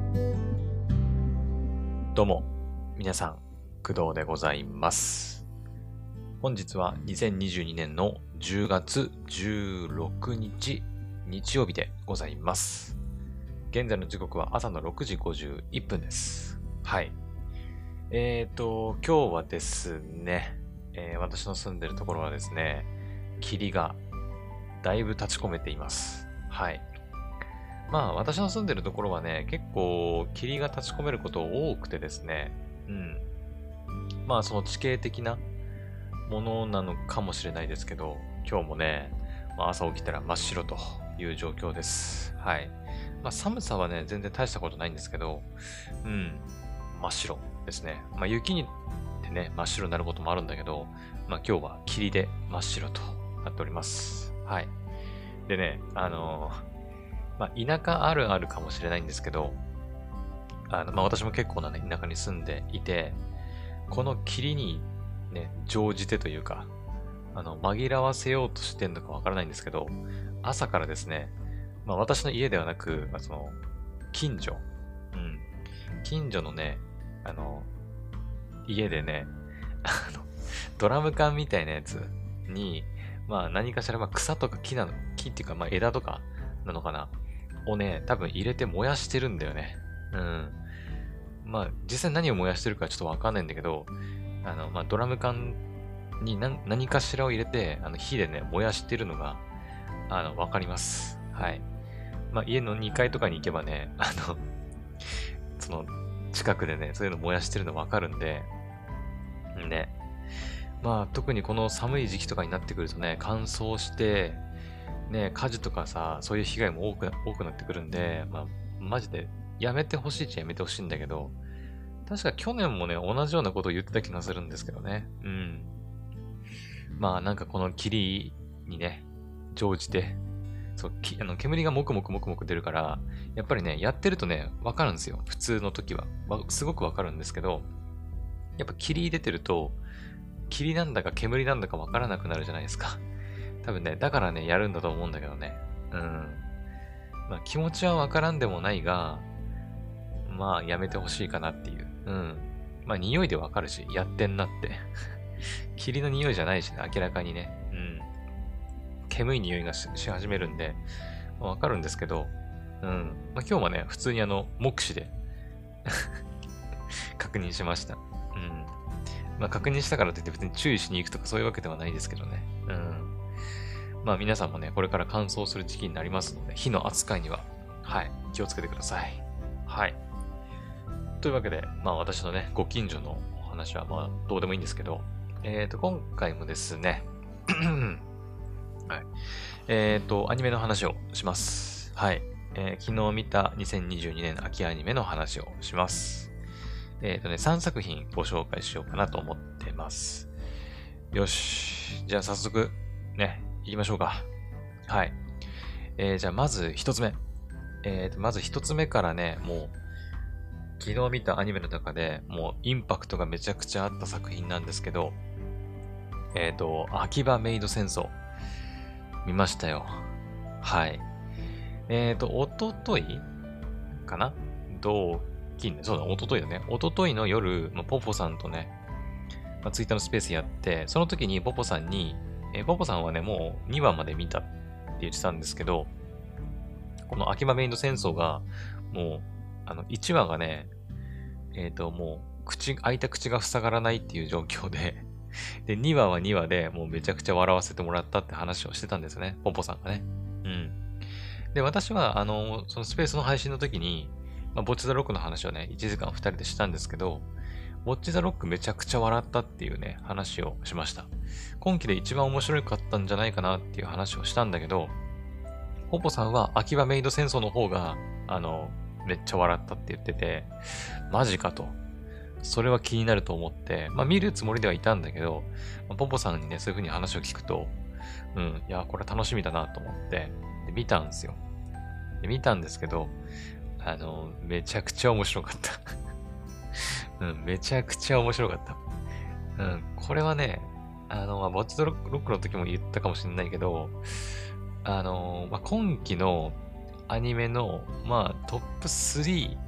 どうも、皆さん、工藤でございます。本日は2022年の10月16日、日曜日でございます。現在の時刻は朝の6時51分です。はい。今日はですね、私の住んでるところはですね、霧がだいぶ立ち込めています。はい。まあ、私の住んでるところはね、結構霧が立ち込めること多くてですね、うん。まあ、その地形的なものなのかもしれないですけど、今日もね、まあ、朝起きたら真っ白という状況です。はい。まあ、寒さはね、全然大したことないんですけど、うん、真っ白ですね。まあ、雪にってね、真っ白になることもあるんだけど、まあ、今日は霧で真っ白となっております。はい。でね、まあ、田舎あるあるかもしれないんですけど、まあ、私も結構なね、田舎に住んでいて、この霧にね、乗じてというか、紛らわせようとしてんのかわからないんですけど、朝からですね、まあ私の家ではなく、まあ、近所、うん、近所のね、あの、家でね、あの、ドラム缶みたいなやつに、まあ何かしら、まあ草とか木っていうか、まあ枝とかなのかな、をね、多分入れて燃やしてるんだよね。うん。まあ実際何を燃やしてるかちょっとわかんないんだけど、まあドラム缶に何かしらを入れて、火でね、燃やしてるのが、わかります。はい。まあ、家の2階とかに行けばね、その、近くでね、そういうの燃やしてるのわかるんで、ね。まあ、特にこの寒い時期とかになってくるとね、乾燥して、ね、火事とかさ、そういう被害も多くなってくるんで、まあ、マジで、やめてほしいっちゃやめてほしいんだけど、確か去年もね、同じようなことを言ってた気がするんですけどね。うん。まあなんかこの霧にね、乗じて、そう、煙がもくもくもくもく出るから、やっぱりね、やってるとね、わかるんですよ。普通の時は。すごくわかるんですけど、やっぱ霧出てると、霧なんだか煙なんだかわからなくなるじゃないですか。多分ね、だからね、やるんだと思うんだけどね。うん。まあ気持ちはわからんでもないが、まあやめてほしいかなっていう。うん。まあ匂いでわかるし、やってんなって。霧の匂いじゃないしね、明らかにね。うん。煙い匂いがし始めるんで、わかるんですけど、うん。まあ、今日もね、普通に目視で確認しました。うん。まあ、確認したからといって別に注意しに行くとかそういうわけではないですけどね。うん。まあ、皆さんもね、これから乾燥する時期になりますので、火の扱いには、はい、気をつけてください。はい。というわけで、まあ、私のね、ご近所のお話は、まあ、どうでもいいんですけど、今回もですね、はい。アニメの話をします。はい。昨日見た2022年秋アニメの話をします。3作品ご紹介しようかなと思ってます。よし。じゃあ早速、ね、行きましょうか。はい。じゃあまず一つ目。まず一つ目からね、もう、昨日見たアニメの中でもうインパクトがめちゃくちゃあった作品なんですけど、秋葉メイド戦争。見ましたよ。はい。おとといかなそうだ、おとといだね。おとといの夜、ポポさんとね、ツイッターのスペースやって、その時にポポさんに、ポポさんはね、もう2話まで見たって言ってたんですけど、この秋葉メイド戦争が、もう、1話がね、もう、開いた口が塞がらないっていう状況で、で、2話は2話でもうめちゃくちゃ笑わせてもらったって話をしてたんですね。ポポさんがね。うん。で、私は、そのスペースの配信の時に、ボッチザロックの話をね、1時間2人でしたんですけど、ボッチザロックめちゃくちゃ笑ったっていうね、話をしました。今期で一番面白かったんじゃないかなっていう話をしたんだけど、ポポさんは秋葉メイド戦争の方が、めっちゃ笑ったって言ってて、マジかと。それは気になると思って、見るつもりではいたんだけど、ポポさんにね、そういう風に話を聞くと、うん、いや、これ楽しみだなと思って、で見たんですよ。で見たんですけど、めちゃくちゃ面白かった。うん、めちゃくちゃ面白かった。うん、これはね、ボッチドロックの時も言ったかもしれないけど、今期のアニメの、トップ3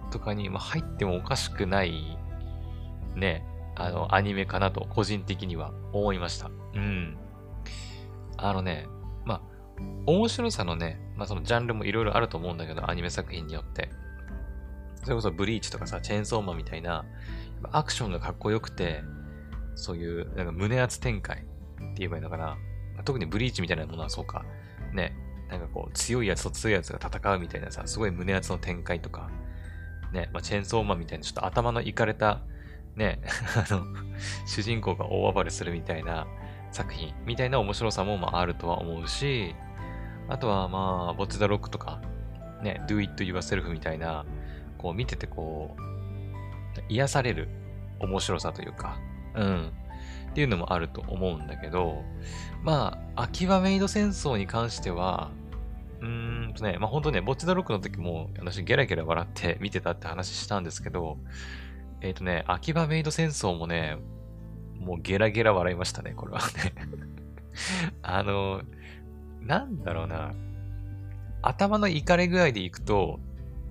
とかに入ってもおかしくないね、アニメかなと、個人的には思いました。うん。あのね、まあ、面白さのね、そのジャンルもいろいろあると思うんだけど、アニメ作品によって。それこそブリーチとかさ、チェーンソーマンみたいな、アクションがかっこよくて、そういう、なんか胸圧展開って言えばいいのかな。特にブリーチみたいなものはそうか。ね。なんかこう、強いやつと強いやつが戦うみたいなさ、すごい胸圧の展開とか、ね、チェーンソーマンみたいなちょっと頭のいかれた、ね、主人公が大暴れするみたいな作品みたいな面白さもあるとは思うし、あとはボッチザロックとか、ね、Do It Yourself みたいな、こう見ててこう、癒される面白さというか、っていうのもあると思うんだけど、秋葉メイド戦争に関しては、本当ね、ボッチザロックの時も、私ゲラゲラ笑って見てたって話したんですけど、秋葉メイド戦争もね、もうゲラゲラ笑いましたね、これはね。なんだろうな。頭のいかれ具合でいくと、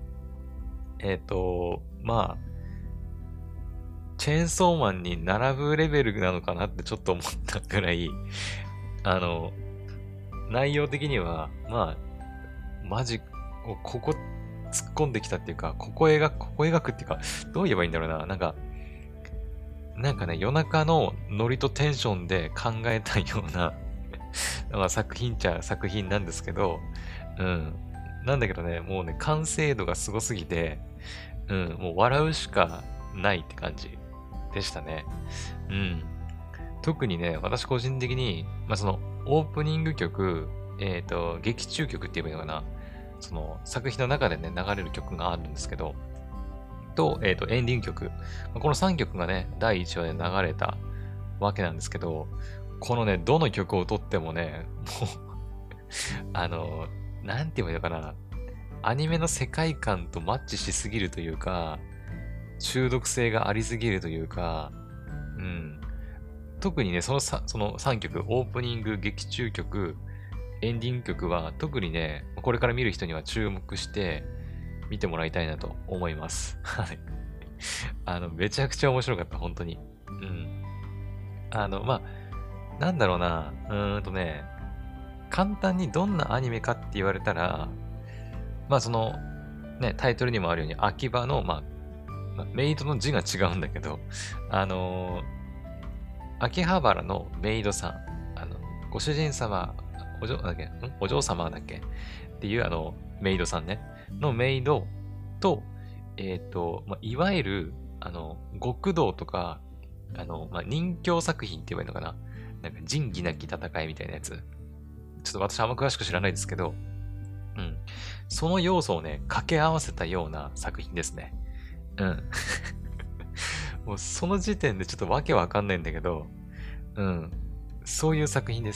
チェーンソーマンに並ぶレベルなのかなってちょっと思ったぐらい、内容的には、マジ、ここ突っ込んできたっていうか、ここ描くっていうか、どう言えばいいんだろうな。なんかね、夜中のノリとテンションで考えたような作品っちゃ作品なんですけど、なんだけどね、もうね、完成度がすごすぎて、もう笑うしかないって感じでしたね。特にね、私個人的に、その、オープニング曲、劇中曲って言えばいいのかな。その、作品の中でね、流れる曲があるんですけど、と、エンディング曲。この3曲がね、第1話で流れたわけなんですけど、このね、どの曲をとってもね、もう、なんて言えばいいのかな。アニメの世界観とマッチしすぎるというか、中毒性がありすぎるというか、特にね、その3曲、オープニング、劇中曲、エンディング曲は、特にね、これから見る人には注目して見てもらいたいなと思います。はい。めちゃくちゃ面白かった、本当に。なんだろうな、簡単にどんなアニメかって言われたら、その、ね、タイトルにもあるように、秋葉の、メイドの字が違うんだけど、秋葉原のメイドさん、ご主人様、お嬢様だっけっていうメイドさんね、のメイドと、いわゆる、極道とか、人形作品って言えばいいのかな。なんか仁義なき戦いみたいなやつ。ちょっと私あんま詳しく知らないですけど、その要素をね、掛け合わせたような作品ですね。もうその時点でちょっとわけわかんないんだけど、そういう作品です。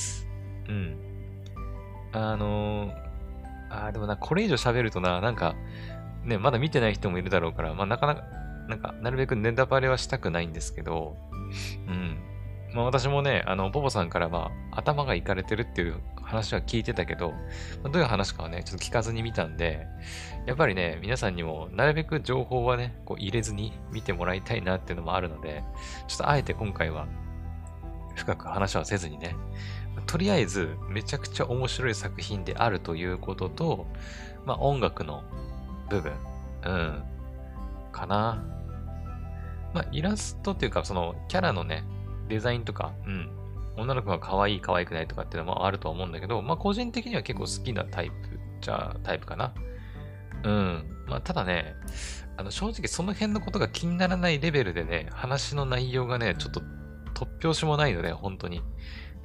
でもこれ以上喋るとなんか、ね、まだ見てない人もいるだろうから、なかなか、なるべくネタバレはしたくないんですけど、私もね、ボボさんから頭がいかれてるっていう話は聞いてたけど、どういう話かはね、ちょっと聞かずに見たんで、やっぱりね、皆さんにもなるべく情報はね、こう入れずに見てもらいたいなっていうのもあるので、ちょっとあえて今回は深く話はせずにね、とりあえずめちゃくちゃ面白い作品であるということと、音楽の部分、かな。イラストっていうか、そのキャラのね、デザインとか、女の子が可愛い可愛くないとかっていうのもあると思うんだけど、個人的には結構好きなタイプじゃタイプかな。ただね、正直その辺のことが気にならないレベルでね、話の内容がね、ちょっと突拍子もないので、本当に。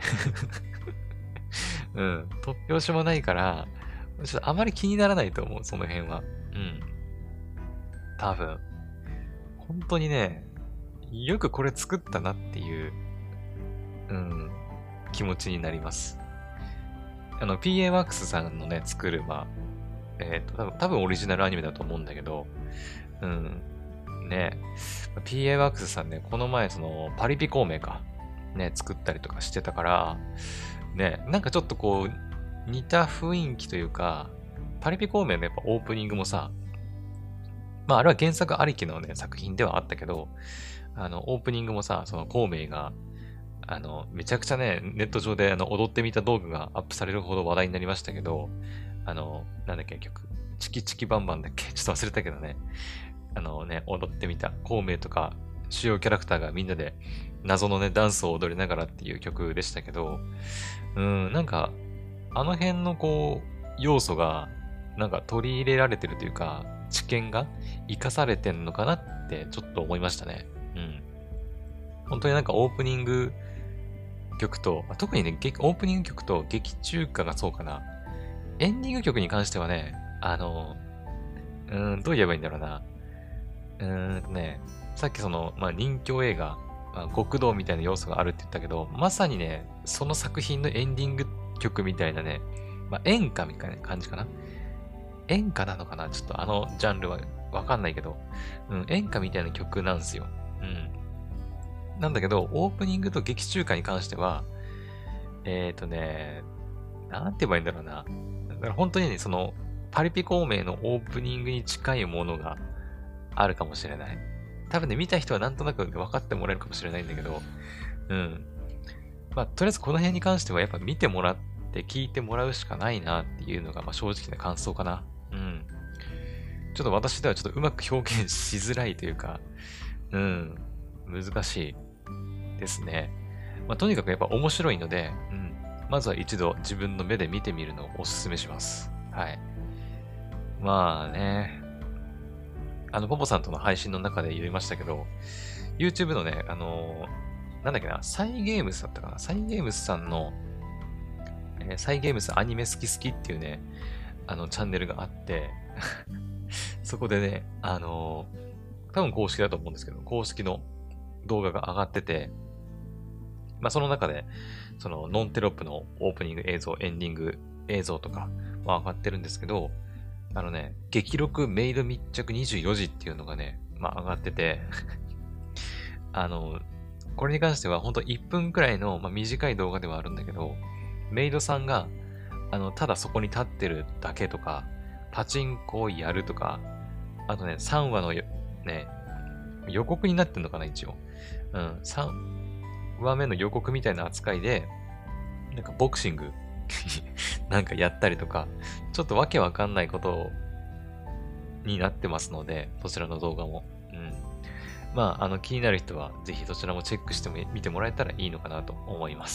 突拍子もないから、ちょっとあまり気にならないと思う、その辺は。多分。本当にね、よくこれ作ったなっていう、気持ちになります。PA ワークスさんのね、作る、多分オリジナルアニメだと思うんだけど、ね、PA ワークスさんね、この前、パリピ孔明か、ね、作ったりとかしてたから、ね、なんかちょっとこう、似た雰囲気というか、パリピ孔明のやっぱオープニングもさ、 まあ、あれは原作ありきのね、作品ではあったけど、オープニングもさ、その孔明が、めちゃくちゃね、ネット上で踊ってみた動画がアップされるほど話題になりましたけど、なんだっけ、曲。チキチキバンバンだっけちょっと忘れたけどね。踊ってみた。孔明とか、主要キャラクターがみんなで謎のね、ダンスを踊りながらっていう曲でしたけど、なんか、あの辺のこう、要素が、なんか取り入れられてるというか、知見が活かされてんのかなってちょっと思いましたね。うん。本当になんかオープニング曲と、特にね、オープニング曲と劇中歌がそうかな。エンディング曲に関してはね、どう言えばいいんだろうな。さっきその、まあ、人気映画、まあ、極道みたいな要素があるって言ったけど、まさにね、その作品のエンディング曲みたいなね、まあ、演歌みたいな感じかな。演歌なのかなちょっとジャンルはわかんないけど、演歌みたいな曲なんですよ。なんだけど、オープニングと劇中歌に関しては、なんて言えばいいんだろうな。だから本当にね、その、パリピ孔明のオープニングに近いものがあるかもしれない。多分ね、見た人はなんとなく分かってもらえるかもしれないんだけど、うん。まあ、とりあえずこの辺に関してはやっぱ見てもらって聞いてもらうしかないなっていうのが、まあ正直な感想かな。ちょっと私ではちょっとうまく表現しづらいというか、難しいですね。まあ、とにかくやっぱ面白いので、まずは一度自分の目で見てみるのをお勧めします。はい。まあね、ポポさんとの配信の中で言いましたけど、YouTube のね、なんだっけな、サイゲームスだったかな、サイゲームスさんの、サイゲームスアニメ好き好きっていうね、チャンネルがあってそこでね、多分公式だと思うんですけど、公式の動画が上がってて、まあその中で、そのノンテロップのオープニング映像、エンディング映像とかは上がってるんですけど、激録メイド密着24時っていうのがね、まあ上がっててこれに関しては本当1分くらいの、まあ、短い動画ではあるんだけど、メイドさんが、ただそこに立ってるだけとか、パチンコをやるとか、あとね、3話のね、予告になってんのかな、一応。3話目の予告みたいな扱いで、なんかボクシングなんかやったりとか、ちょっとわけわかんないことになってますので、そちらの動画も。まあ、気になる人は、ぜひそちらもチェックしてみてもらえたらいいのかなと思います。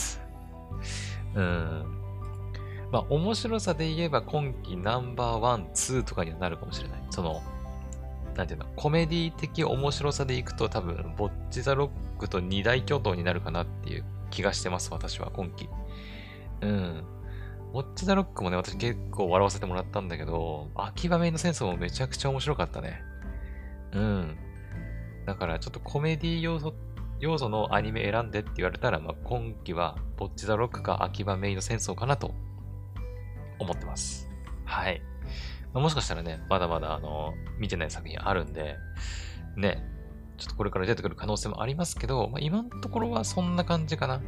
まあ、面白さで言えば今季ナンバーワン、ツーとかにはなるかもしれない。その、なんていうの、コメディ的面白さでいくと多分、ボッチザロックと二大巨頭になるかなっていう気がしてます、私は今季。ボッチザロックもね、私結構笑わせてもらったんだけど、秋葉メイの戦争もめちゃくちゃ面白かったね。だからちょっとコメディ要素のアニメ選んでって言われたら、まあ、今季はボッチザロックか秋葉メイの戦争かなと思ってます。はい。まあ、もしかしたらね、まだまだ見てない作品あるんで、ね、ちょっとこれから出てくる可能性もありますけど、まあ、今のところはそんな感じかな。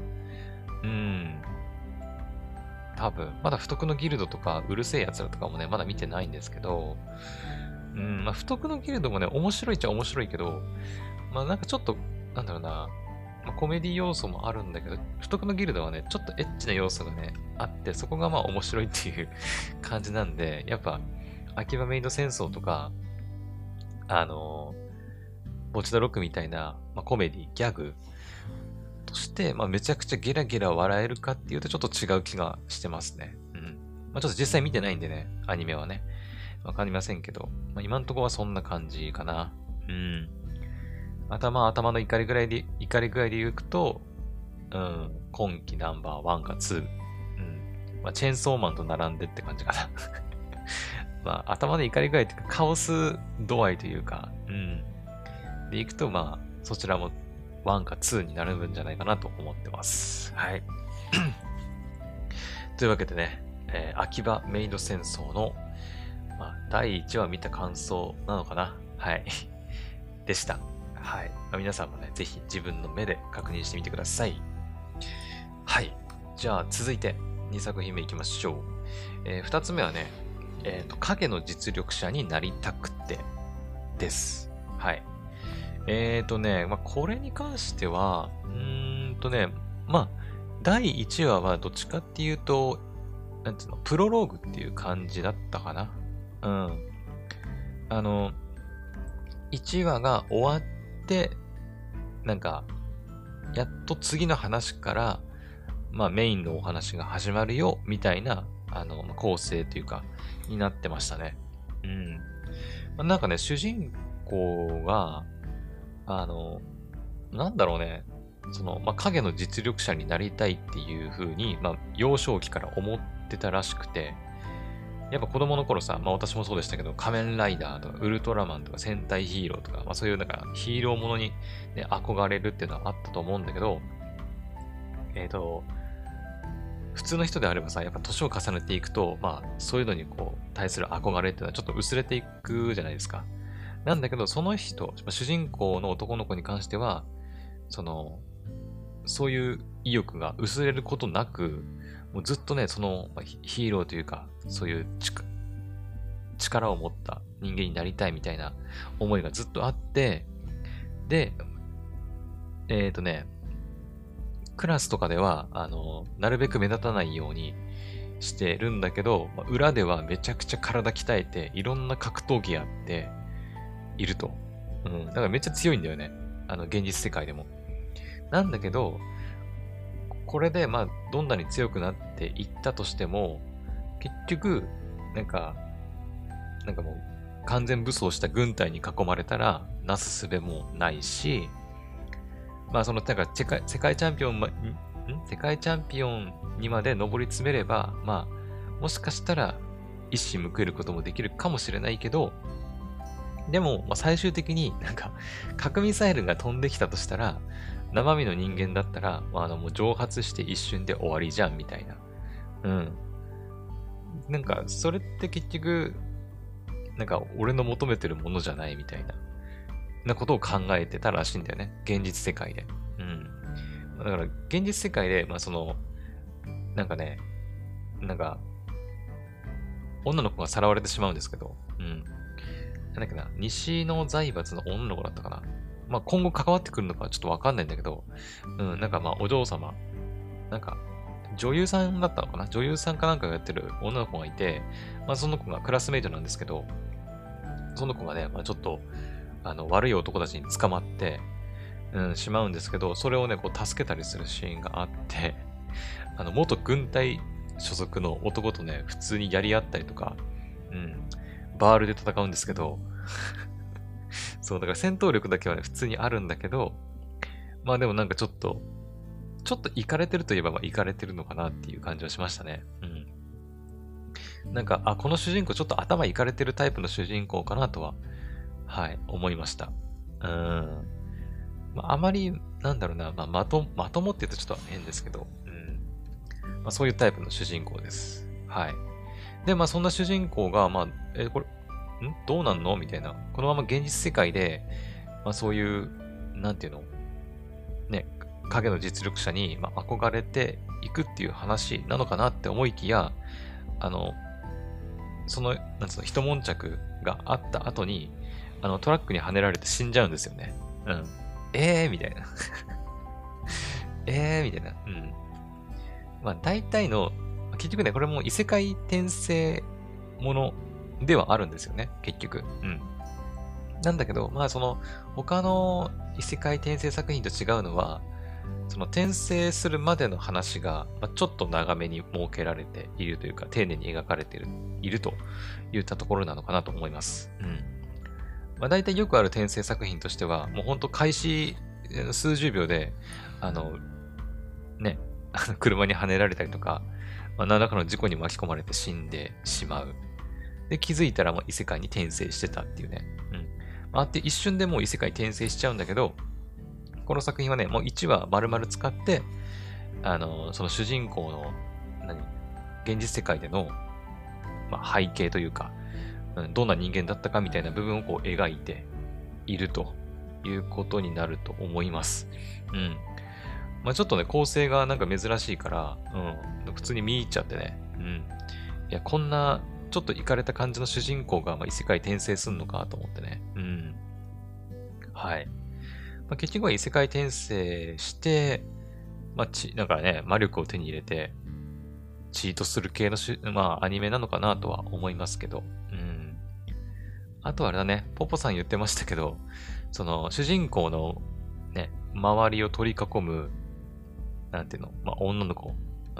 多分、まだ不徳のギルドとか、うるせえ奴らとかもね、まだ見てないんですけど、まあ、不徳のギルドもね、面白いっちゃ面白いけど、まあなんかちょっと、なんだろうな、まあ、コメディ要素もあるんだけど、不徳のギルドはね、ちょっとエッチな要素がね、あって、そこがまあ面白いっていう感じなんで、やっぱ、秋葉メイド戦争とか、ボチダロックみたいな、まあ、コメディ、ギャグとして、まあ、めちゃくちゃゲラゲラ笑えるかっていうとちょっと違う気がしてますね。まあ、ちょっと実際見てないんでね、アニメはね。わかりませんけど、まあ、今んとこはそんな感じかな。頭の怒り具合で言うと、今季ナンバーワンかツー。まあ、チェーンソーマンと並んでって感じかな。まあ、頭の怒り具合っていうか、カオス度合いというか、でいくと、まあ、そちらも1か2になるんじゃないかなと思ってます。はい。というわけでね、秋葉メイド戦争の、まあ、第1話見た感想なのかなはい。でした。はい。まあ、皆さんもね、ぜひ自分の目で確認してみてください。はい。じゃあ、続いて2作品目いきましょう。2つ目はね、影の実力者になりたくてです。はい。これに関しては、まあ、第1話はどっちかっていうと、なんつうの、プロローグっていう感じだったかな。うん。あの、1話が終わって、なんか、やっと次の話から、まあメインのお話が始まるよ、みたいな、構成というか、になってましたね。うん。なんかね、主人公が、あの、なんだろうね、影の実力者になりたいっていう風に、幼少期から思ってたらしくて、やっぱ子供の頃さ、私もそうでしたけど、仮面ライダーとかウルトラマンとか戦隊ヒーローとか、そういうなんかヒーローものに、ね、憧れるっていうのはあったと思うんだけど、えっ、と、普通の人であればさ、やっぱ年を重ねていくと、そういうのに対する憧れっていうのはちょっと薄れていくじゃないですか。なんだけど、その人、主人公の男の子に関しては、その、そういう意欲が薄れることなく、もうずっとね、ヒーローというか、そういう力を持った人間になりたいみたいな思いがずっとあって、で、えっ、とね、クラスとかでは、なるべく目立たないようにしてるんだけど、裏ではめちゃくちゃ体鍛えて、いろんな格闘技やっていると。うん。だからめっちゃ強いんだよね。現実世界でも。なんだけど、これで、どんなに強くなっていったとしても、結局、なんかもう、完全武装した軍隊に囲まれたら、なすすべもないし、世界チャンピオン、世界チャンピオンにまで上り詰めれば、もしかしたら、一矢報いることもできるかもしれないけど、でも、最終的に核ミサイルが飛んできたとしたら、生身の人間だったら、もう蒸発して一瞬で終わりじゃん、みたいな。うん。それって結局、俺の求めてるものじゃないみたいなことを考えてたらしいんだよね。現実世界で。うん。だから、現実世界で、なんかね、なんか、女の子がさらわれてしまうんですけど、うん。なんだっけな、西の財閥の女の子だったかな。今後関わってくるのかはちょっとわかんないんだけど、うん、お嬢様、女優さんだったのかな、女優さんかなんかがやってる女の子がいて、その子がクラスメイトなんですけど、その子がね、ちょっと、悪い男たちに捕まって、しまうんですけど、それをね、助けたりするシーンがあって、元軍隊所属の男とね、普通にやり合ったりとか、うん、バールで戦うんですけど、そう、だから戦闘力だけはね、普通にあるんだけど、でもちょっとイカれてるといえばイカれてるのかなっていう感じはしましたね。うん。この主人公ちょっと頭イカれてるタイプの主人公かなとは、はい、思いました。あまり、なんだろうな、まともって言うとちょっと変ですけど、そういうタイプの主人公です。はい。で、そんな主人公が、これ、どうなんのみたいな。このまま現実世界で、そういう、なんていうのね、影の実力者に、憧れていくっていう話なのかなって思いきや、なんつうの、一悶着があった後に、トラックにはねられて死んじゃうんですよね。うん。みたいな。みたいな。うん。大体の、結局ね、これも異世界転生ものではあるんですよね、結局。うん。なんだけど、他の異世界転生作品と違うのは、転生するまでの話が、ちょっと長めに設けられているというか、丁寧に描かれているといったところなのかなと思います。うん。大体よくある転生作品としては、もうほんと開始数十秒で、ね、車にはねられたりとか、何らかの事故に巻き込まれて死んでしまう。で、気づいたら異世界に転生してたっていうね。うん。って一瞬でもう異世界転生しちゃうんだけど、この作品はね、もう1話丸々使って、その主人公の、現実世界での、背景というか、どんな人間だったかみたいな部分を描いているということになると思います。うん。ちょっとね、構成が珍しいから、普通に見入っちゃってね。うん。いや、こんな、 ちょっとイかれた感じの主人公が、異世界転生すんのかと思ってね。うん。はい。結局は異世界転生して、なんかね、魔力を手に入れて、チートする系のアニメなのかなとは思いますけど。うん。あとはあれだね、ポポさん言ってましたけど、その、主人公のね、周りを取り囲む、なんていうの、女の子。うん。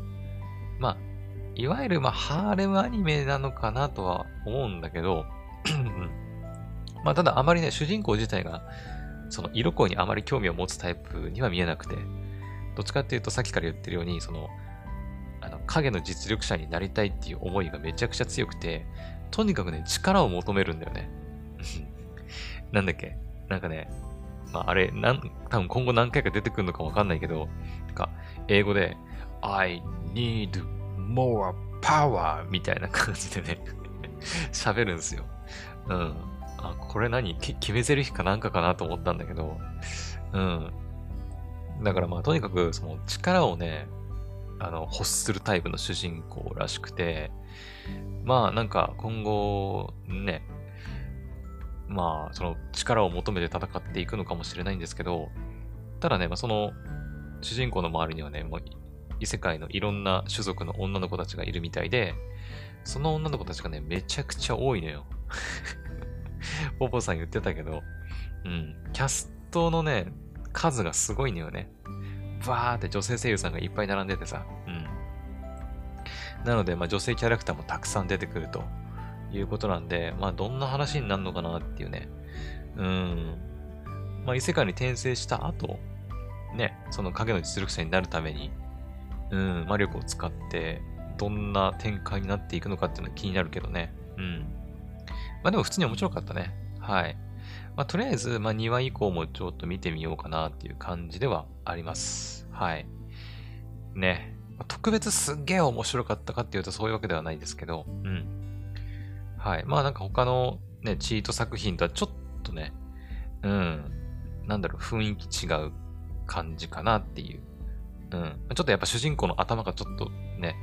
いわゆる、ハーレムアニメなのかなとは思うんだけど、ただあまりね、主人公自体が、その色恋にあまり興味を持つタイプには見えなくて、どっちかっていうとさっきから言ってるように、その、影の実力者になりたいっていう思いがめちゃくちゃ強くて、とにかくね、力を求めるんだよね。なんだっけなんかね、あれ、多分今後何回か出てくるのかわかんないけど、英語で、I need more power みたいな感じでね喋るんですよ。うん。これ決め台詞かなんかかなと思ったんだけど、うん。だからとにかく、その力をね、欲するタイプの主人公らしくて、なんか今後、ね、その力を求めて戦っていくのかもしれないんですけど、ただね、その主人公の周りにはね、もう異世界のいろんな種族の女の子たちがいるみたいで、その女の子たちがね、めちゃくちゃ多いのよ。ポポさん言ってたけど、うん、キャストのね、数がすごいのよね。バーって女性声優さんがいっぱい並んでてさ、うん。なので、女性キャラクターもたくさん出てくるということなんで、どんな話になるのかなっていうね。異世界に転生した後、ね、その影の実力者になるために、魔力を使って、どんな展開になっていくのかっていうのが気になるけどね。うん。でも普通に面白かったね。はい。とりあえず、2話以降もちょっと見てみようかなっていう感じではあります。はい。ね。特別すっげえ面白かったかっていうとそういうわけではないですけど、うん。はい。なんか他のね、チート作品とはちょっとね、雰囲気違う感じかなっていう。ちょっとやっぱ主人公の頭がちょっとね、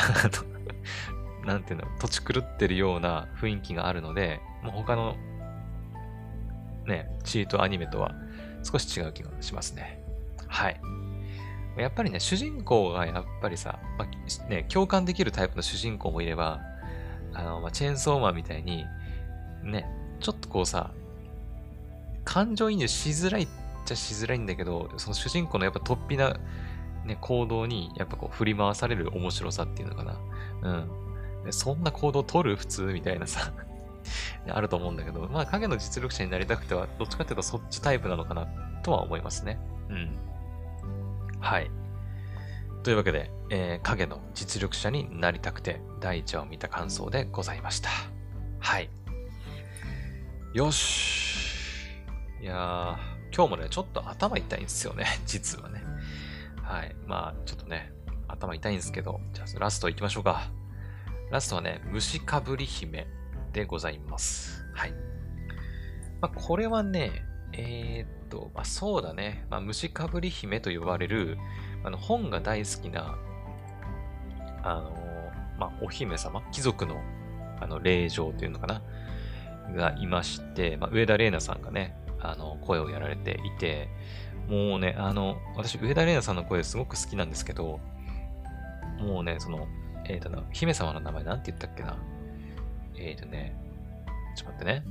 なんていうの、土地狂ってるような雰囲気があるので、他のね、チートアニメとは少し違う気がしますね。はい。やっぱりね、主人公がやっぱりさ、共感できるタイプの主人公もいれば、チェーンソーマンみたいに、ね、ちょっとこうさ、感情移入しづらいっちゃしづらいんだけど、その主人公のやっぱ突飛な、ね、行動に、やっぱこう振り回される面白さっていうのかな。そんな行動取る普通みたいなさあると思うんだけど、影の実力者になりたくては、どっちかっていうとそっちタイプなのかな、とは思いますね。はい。というわけで、影の実力者になりたくて、第1話を見た感想でございました。はい。よし。いやー、今日もね、ちょっと頭痛いんですよね、実はね。はい。ちょっとね、頭痛いんですけど、じゃあラスト行きましょうか。ラストはね、虫かぶり姫でございます。はい。これはね、そうだね。虫かぶり姫と呼ばれる、本が大好きな、お姫様、貴族の、霊嬢というのかな、がいまして、上田玲奈さんがね、声をやられていて、もうね、私、上田玲奈さんの声すごく好きなんですけど、もうね、その、姫様の名前なんて言ったっけな。ちょっと待ってね。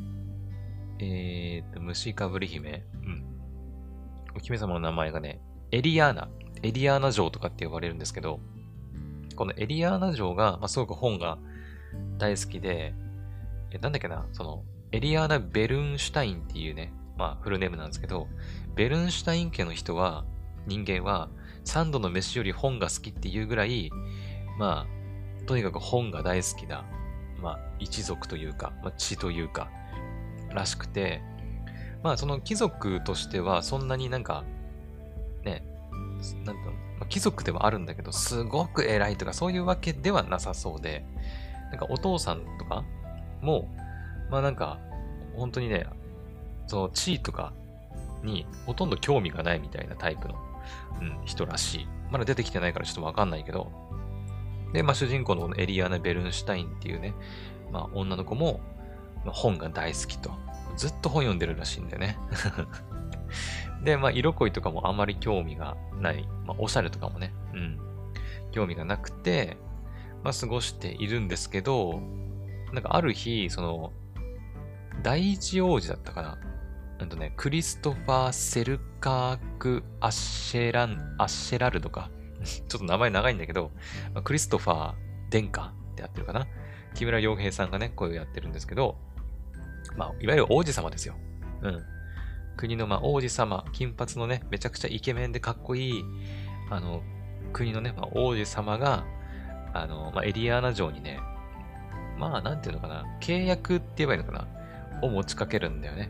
虫かぶり姫。お姫様の名前がね、エリアーナ城とかって呼ばれるんですけど、このエリアーナ城が、すごく本が大好きで、なんだっけな、その、エリアーナ・ベルンシュタインっていうね、フルネームなんですけど、ベルンシュタイン家の人人間は、3度の飯より本が好きっていうぐらい、とにかく本が大好きな、一族というか、血というか、らしくて、その貴族としては、そんなになんか、ね、なんだろう、貴族ではあるんだけど、すごく偉いとか、そういうわけではなさそうで、なんかお父さんとかも、なんか、本当にね、その地位とかにほとんど興味がないみたいなタイプの、人らしい。まだ出てきてないからちょっとわかんないけど、 で、主人公のエリアーナ・ベルンシュタインっていうね、女の子も、本が大好きと。ずっと本読んでるらしいんだよね。で、色恋とかもあまり興味がない。おしゃれとかもね、興味がなくて、過ごしているんですけど、なんかある日、第一王子だったかな。クリストファー・セルカーク・アッシェラルドか。ちょっと名前長いんだけど、クリストファー・デンカってやってるかな。木村洋平さんがね、声をやってるんですけど、いわゆる王子様ですよ。国の王子様、金髪のね、めちゃくちゃイケメンでかっこいい、国のね、王子様が、エリアーナ城にね、なんていうのかな、契約って言えばいいのかな、を持ちかけるんだよね。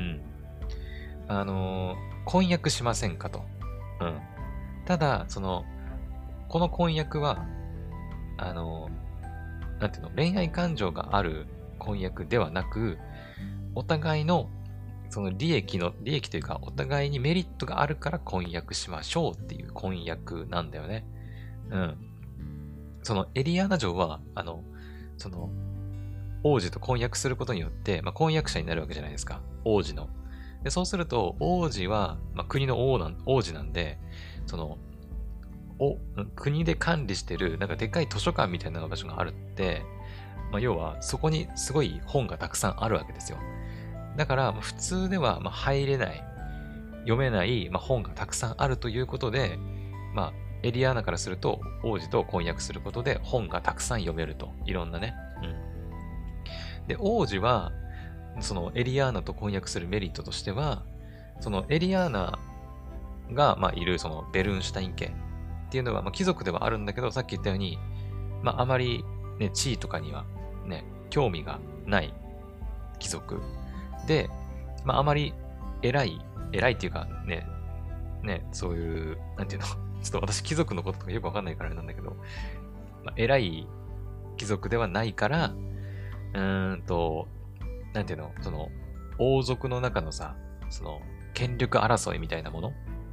婚約しませんかと。ただ、この婚約は、なんていうの、恋愛感情がある婚約ではなく、お互いの、利益というか、お互いにメリットがあるから婚約しましょうっていう婚約なんだよね。エリアーナ城は、王子と婚約することによって、婚約者になるわけじゃないですか。王子の。で、そうすると、王子は、国の王子なんで、国で管理してる、なんかでかい図書館みたいな場所があるって、要は、そこにすごい本がたくさんあるわけですよ。だから、普通では入れない、読めない、本がたくさんあるということで、エリアーナからすると、王子と婚約することで本がたくさん読めると。いろんなね。で、王子は、エリアーナと婚約するメリットとしては、エリアーナが、いる、ベルンシュタイン家っていうのは、貴族ではあるんだけど、さっき言ったように、あまり、ね、地位とかには、ね、興味がない貴族。で、あまり偉いっていうか、そういう、なんていうの、ちょっと私貴族のこととかよくわかんないからなんだけど、偉い貴族ではないから、なんていうの、王族の中のさ、権力争いみたいなもの。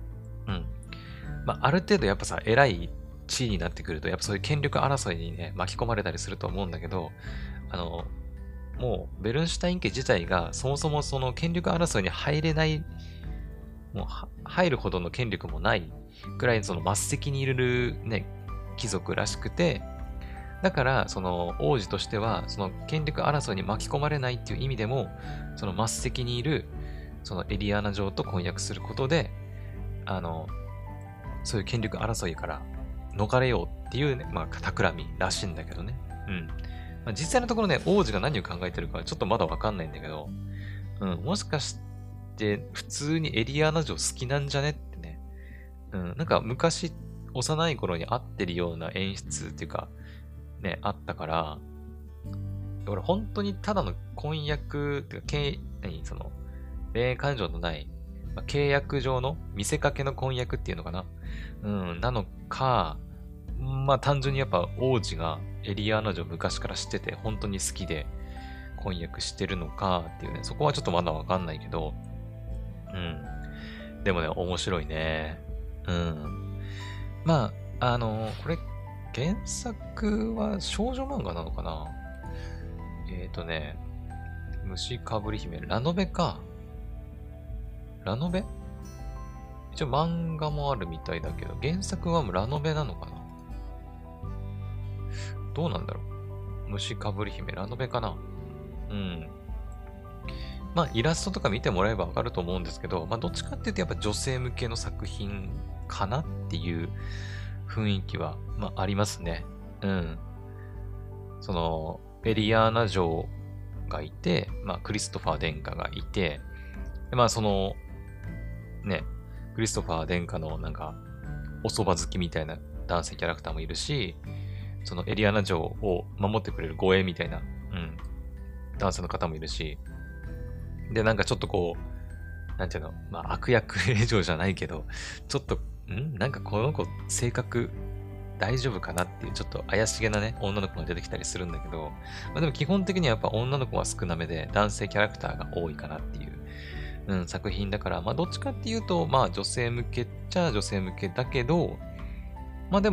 ある程度やっぱさ、偉い地位になってくると、やっぱそういう権力争いにね、巻き込まれたりすると思うんだけど、もう、ベルンシュタイン家自体が、そもそもその権力争いに入れない、もう、入るほどの権力もないくらい、末席にいるね、貴族らしくて、だから、王子としては、権力争いに巻き込まれないっていう意味でも、末席にいる、エリアーナ城と婚約することで、そういう権力争いから逃れようっていうね、企みらしいんだけどね。実際のところね、王子が何を考えてるかはちょっとまだわかんないんだけど、もしかして、普通にエリアーナ城好きなんじゃねってね。なんか昔、幼い頃に会ってるような演出っていうか、ね、あったから、俺本当にただの婚約っていうか、恋愛感情のない、契約上の見せかけの婚約っていうのかな。なのか、単純にやっぱ王子がエリアーナ城昔から知ってて、本当に好きで婚約してるのかっていうね、そこはちょっとまだわかんないけど、でもね、面白いね。これ、原作は少女漫画なのかな。虫かぶり姫、ラノベか。ラノベ一応漫画もあるみたいだけど、原作はもうラノベなのかな。どうなんだろう。虫かぶり姫、ラノベかな。イラストとか見てもらえばわかると思うんですけど、どっちかっていうとやっぱ女性向けの作品かなっていう雰囲気は、ありますね。エリアーナ城がいて、クリストファー殿下がいて、でクリストファー殿下のなんか、お蕎麦好きみたいな男性キャラクターもいるし、エリアーナ城を守ってくれる護衛みたいな、男性の方もいるし、で、なんかちょっとこう、なんていうの、悪役令嬢じゃないけど、ちょっと、なんかこの子、性格、大丈夫かなっていう、ちょっと怪しげなね、女の子が出てきたりするんだけど、でも基本的にはやっぱ女の子は少なめで、男性キャラクターが多いかなっていう、作品だから、どっちかっていうと、女性向けっちゃ女性向けだけど、でも、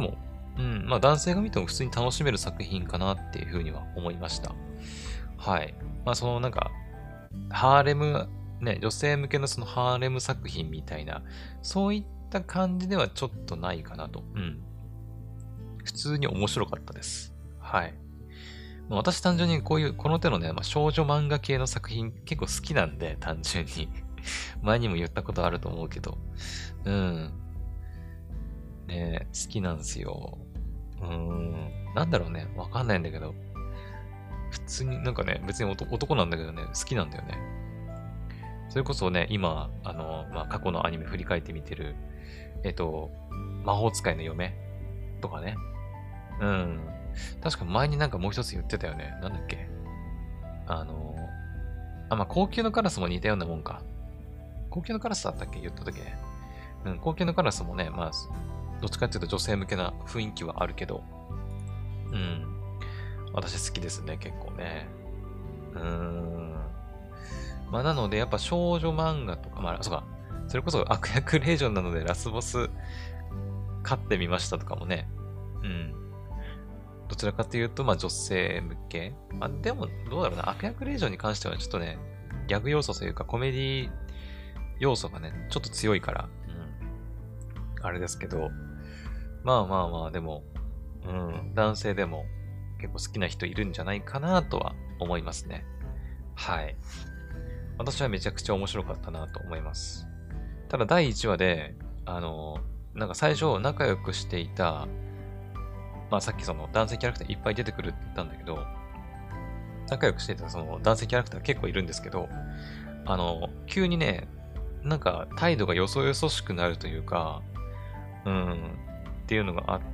うん、まあ男性が見ても普通に楽しめる作品かなっていうふうには思いました。はい。まあそのなんか、ハーレム、ね、女性向けのそのハーレム作品みたいな、そういった感じではちょっとないかなと。うん。普通に面白かったです。はい。まあ私単純にこういう、この手のね、まあ、少女漫画系の作品結構好きなんで、単純に前にも言ったことあると思うけど。うん。ね、好きなんですよ。なんだろうね。わかんないんだけど。普通になんかね、別に男なんだけどね、好きなんだよね。それこそね、今、まあ、過去のアニメ振り返ってみてる、えっと、魔法使いの嫁とかね。うん。確か前になんかもう一つ言ってたよね。なんだっけ。あの、まあ、高級のカラスも似たようなもんか。高級のカラスだったっけ言った時ね。うん、高級のカラスもね、まあ、どっちかっていうと女性向けな雰囲気はあるけど、うん。私好きですね、結構ね。うーん。まあ、なので、やっぱ少女漫画とか、まあ、そうか。それこそ悪役令嬢なのでラスボス勝ってみましたとかもね。うん。どちらかというと、まあ女性向け。まあでも、どうだろうな。悪役令嬢に関してはちょっとね、ギャグ要素というかコメディ要素がね、ちょっと強いから、うん。あれですけど、まあまあまあ、でも、うん、男性でも結構好きな人いるんじゃないかなとは思いますね。はい。私はめちゃくちゃ面白かったなと思います。ただ第1話で、なんか最初仲良くしていた、まあさっきその男性キャラクターいっぱい出てくるって言ったんだけど、仲良くしていたその男性キャラクター結構いるんですけど、急にね、なんか態度がよそよそしくなるというか、っていうのがあって、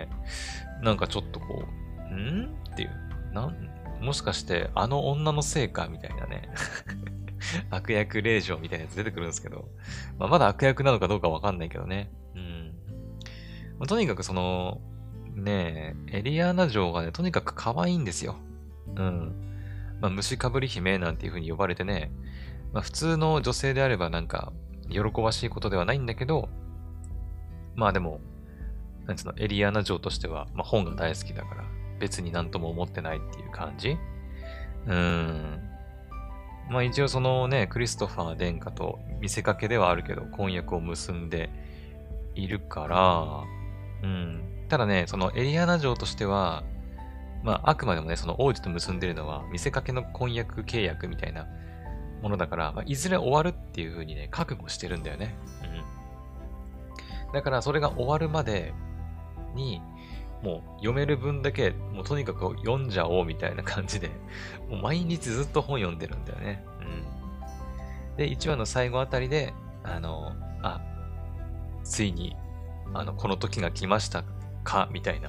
なんかちょっとこう、っていう、もしかしてあの女のせいかみたいなね。悪役令嬢みたいなやつ出てくるんですけど、まあ、まだ悪役なのかどうかわかんないけどね。まあとにかくその、ねエリアーナ嬢がね、とにかく可愛いんですよ。うん。まあ、虫かぶり姫なんていう風に呼ばれてね、まあ、普通の女性であればなんか、喜ばしいことではないんだけど、まあでも、なんつうの、エリアーナ嬢としては、まあ本が大好きだから、別になんとも思ってないっていう感じ。うーん。まあ一応そのね、クリストファー殿下と見せかけではあるけど、婚約を結んでいるから、ただね、そのエリアナ城としては、まああくまでもね、その王子と結んでるのは見せかけの婚約契約みたいなものだから、まあ、いずれ終わるっていう風にね、覚悟してるんだよね。だからそれが終わるまでに、もう読める分だけ、もうとにかく読んじゃおうみたいな感じで、もう毎日ずっと本読んでるんだよね。で、1話の最後あたりで、あ、ついに、この時が来ましたかみたいな。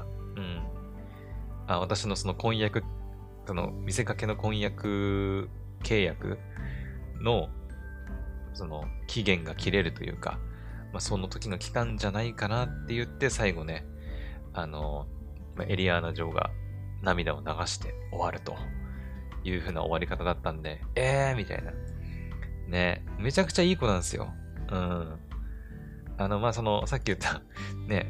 私のその婚約、その見せかけの婚約契約の、その期限が切れるというか、まあ、その時が来たんじゃないかなって言って、最後ね、まあ、エリアーナ嬢が涙を流して終わるという風な終わり方だったんで、みたいな。ね、めちゃくちゃいい子なんですよ。まあ、さっき言ったね、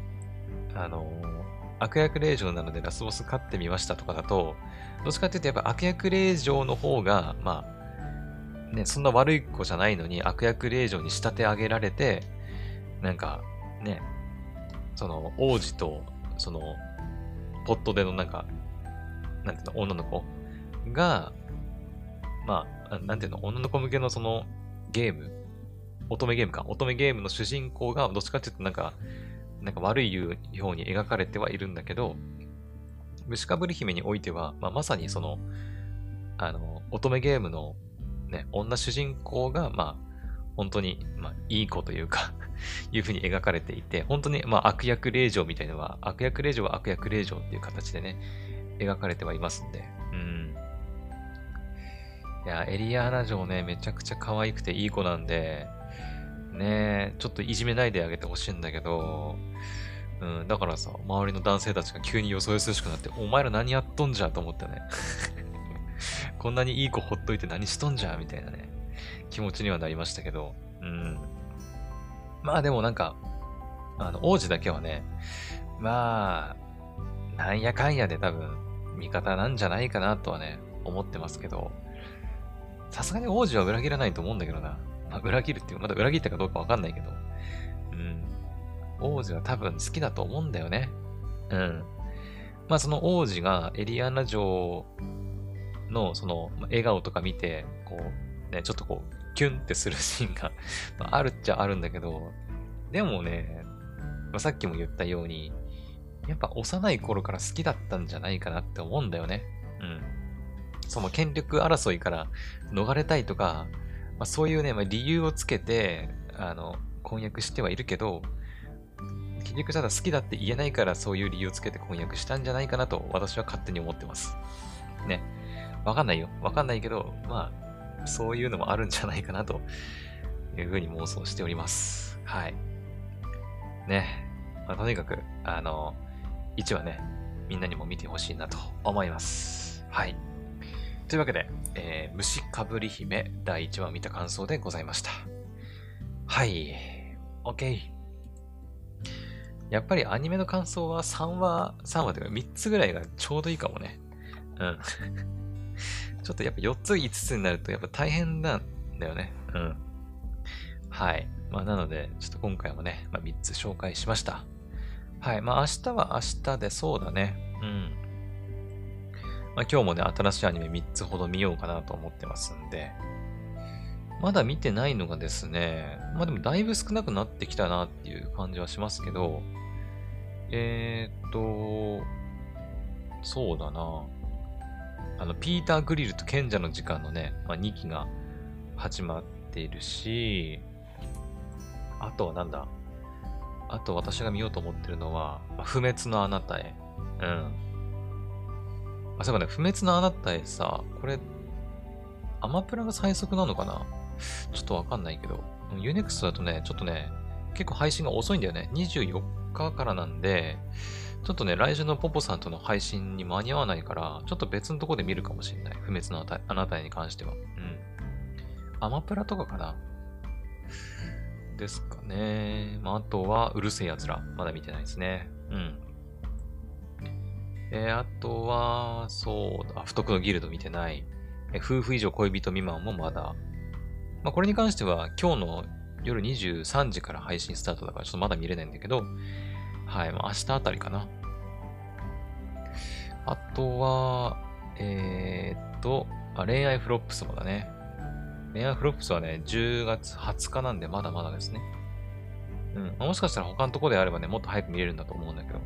悪役令嬢なのでラスボス勝ってみましたとかだと、どっちかっていうとやっぱ悪役令嬢の方が、まあ、ね、そんな悪い子じゃないのに悪役令嬢に仕立て上げられて、なんか、ね、その王子と、その、ポットでのなんか、なんていうの、女の子が、まあ、なんていうの、女の子向けのそのゲーム、乙女ゲームか。乙女ゲームの主人公が、どっちかっていうとなんか悪いように描かれてはいるんだけど、虫かぶり姫においては、まあ、まさにその、乙女ゲームのね、女主人公が、まあ、本当に、まあ、いい子というかいう風に描かれていて、本当に、まあ、悪役令嬢みたいなのは、悪役令嬢は悪役令嬢っていう形でね、描かれてはいますんで、いや、エリアーナ嬢ね、めちゃくちゃ可愛くていい子なんで、ねちょっといじめないであげてほしいんだけど、だからさ、周りの男性たちが急によそよそしくなって、お前ら何やっとんじゃと思ってね。こんなにいい子ほっといて何しとんじゃみたいなね、気持ちにはなりましたけど、まあでもなんか、王子だけはね、 まあ、なんやかんやで多分、味方なんじゃないかなとはね、思ってますけど、さすがに王子は裏切らないと思うんだけどな。まあ、裏切るっていう、まだ裏切ったかどうかわかんないけど。うん。王子は多分好きだと思うんだよね。うん。まあその王子がエリアンナ城のその笑顔とか見て、こう、ね、ちょっとこう、キュンってするシーンがあるっちゃあるんだけど、でもね、まあ、さっきも言ったように、やっぱ幼い頃から好きだったんじゃないかなって思うんだよね。うん。その権力争いから逃れたいとか、まあ、そういうね、まあ、理由をつけて、婚約してはいるけど、結局ただ好きだって言えないからそういう理由をつけて婚約したんじゃないかなと私は勝手に思ってます。ね。わかんないよ。わかんないけど、まあ、そういうのもあるんじゃないかなというふうに妄想しております。はい。ね。まあ、とにかく、1話ね、みんなにも見てほしいなと思います。はい。というわけで、虫かぶり姫第1話を見た感想でございました。はい。OK。やっぱりアニメの感想は3話というか3つぐらいがちょうどいいかもね。うん。ちょっとやっぱ4つ5つになるとやっぱ大変なんだよね。うん。はい。まあなので、ちょっと今回もね、まあ、3つ紹介しました。はい。まあ明日は明日でそうだね。うん。まあ今日もね、新しいアニメ3つほど見ようかなと思ってますんで、まだ見てないのがですね、まあでもだいぶ少なくなってきたなっていう感じはしますけど、えーっと、そうだな。ピーター・グリルと賢者の時間のね、まあ、2期が始まっているし、あとはなんだ。あと私が見ようと思ってるのは、まあ不滅のあなたへ。うん。あ、そういえばね、不滅のあなたへさ、これ、アマプラが最速なのかなちょっとわかんないけど、ユーネクストだとね、ちょっとね、結構配信が遅いんだよね。24日からなんで、ちょっとね、来週のポポさんとの配信に間に合わないから、ちょっと別のとこで見るかもしれない。不滅のあなたへに関しては。うん。アマプラとかかなですかね。まあ、あとは、うるせえ奴ら。まだ見てないですね。うん。あとは、そうだ、不徳のギルド見てない。夫婦以上恋人未満もまだ。まあ、これに関しては、今日の夜23時から配信スタートだから、ちょっとまだ見れないんだけど、はい、まあ、明日あたりかな。あとは、恋愛フロップスもだね。恋愛フロップスはね、10月20日なんでまだまだですね。うん。まあもしかしたら他のとこであればね、もっと早く見れるんだと思うんだけど。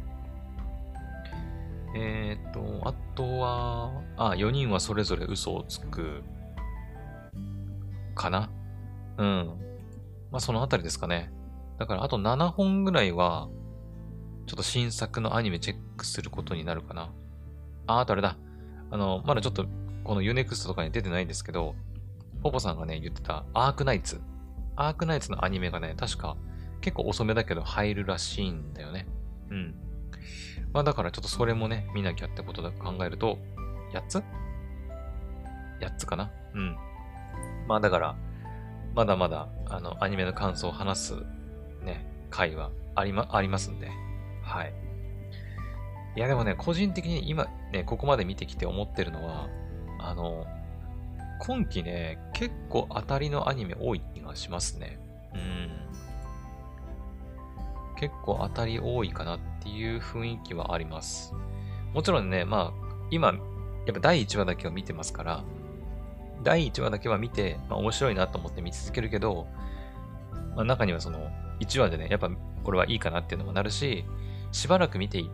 あとは、4人はそれぞれ嘘をつく、かな。うん。まあ、そのあたりですかね。だから、あと7本ぐらいは、ちょっと新作のアニメチェックすることになるかな。あとあれだ。まだちょっと、この Unext とかに出てないんですけど、ポポさんがね、言ってたアークナイツ。アークナイツのアニメがね、確か結構遅めだけど入るらしいんだよね。うん。まあだからちょっとそれもね、見なきゃってことだ考えると、8つかな。うん。まあだから、まだまだ、アニメの感想を話す、ね、回はありますんで。はい。いやでもね、個人的に今ね、ここまで見てきて思ってるのは、あの、今期ね、結構当たりのアニメ多い気がしますね。うん。結構当たり多いかなっていう雰囲気はあります。もちろんね、まあ、今、やっぱ第1話だけを見てますから、第1話だけは見て、まあ面白いなと思って見続けるけど、まあ中にはその、1話でね、やっぱこれはいいかなっていうのもなるし、しばらく見ていって、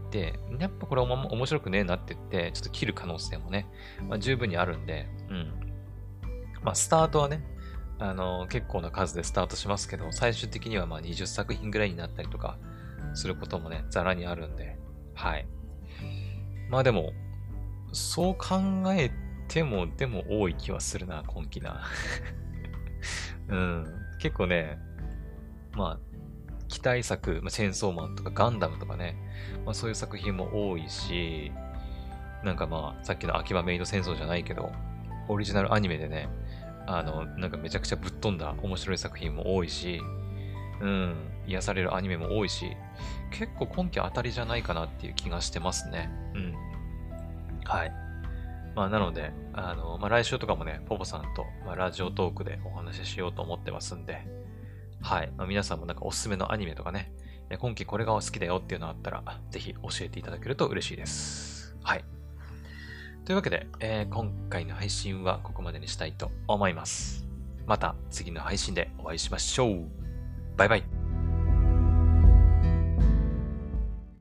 やっぱこれ面白くねえなって言って、ちょっと切る可能性もね、まあ、十分にあるんで、うん。まあスタートはね、結構な数でスタートしますけど、最終的にはまあ20作品ぐらいになったりとかすることもね、ざらにあるんで、はい。まあでも、そう考えても、でも多い気はするな、今期な。うん。結構ね、まあ、期待作、まあ、チェーンソーマンとかガンダムとかね、まあそういう作品も多いし、なんかまあ、さっきの秋葉メイド戦争じゃないけど、オリジナルアニメでね、なんかめちゃくちゃぶっ飛んだ面白い作品も多いし、 癒されるアニメも多いし、結構今期当たりじゃないかなっていう気がしてますね。はい。なので、来週とかもね、ポポさんと、ラジオトークでお話ししようと思ってますんで、はい。皆さんもなんかおすすめのアニメとかね、今期これが好きだよっていうのあったら、ぜひ教えていただけると嬉しいです。はい。というわけで、今回の配信はここまでにしたいと思います。また次の配信でお会いしましょう。バイバイ。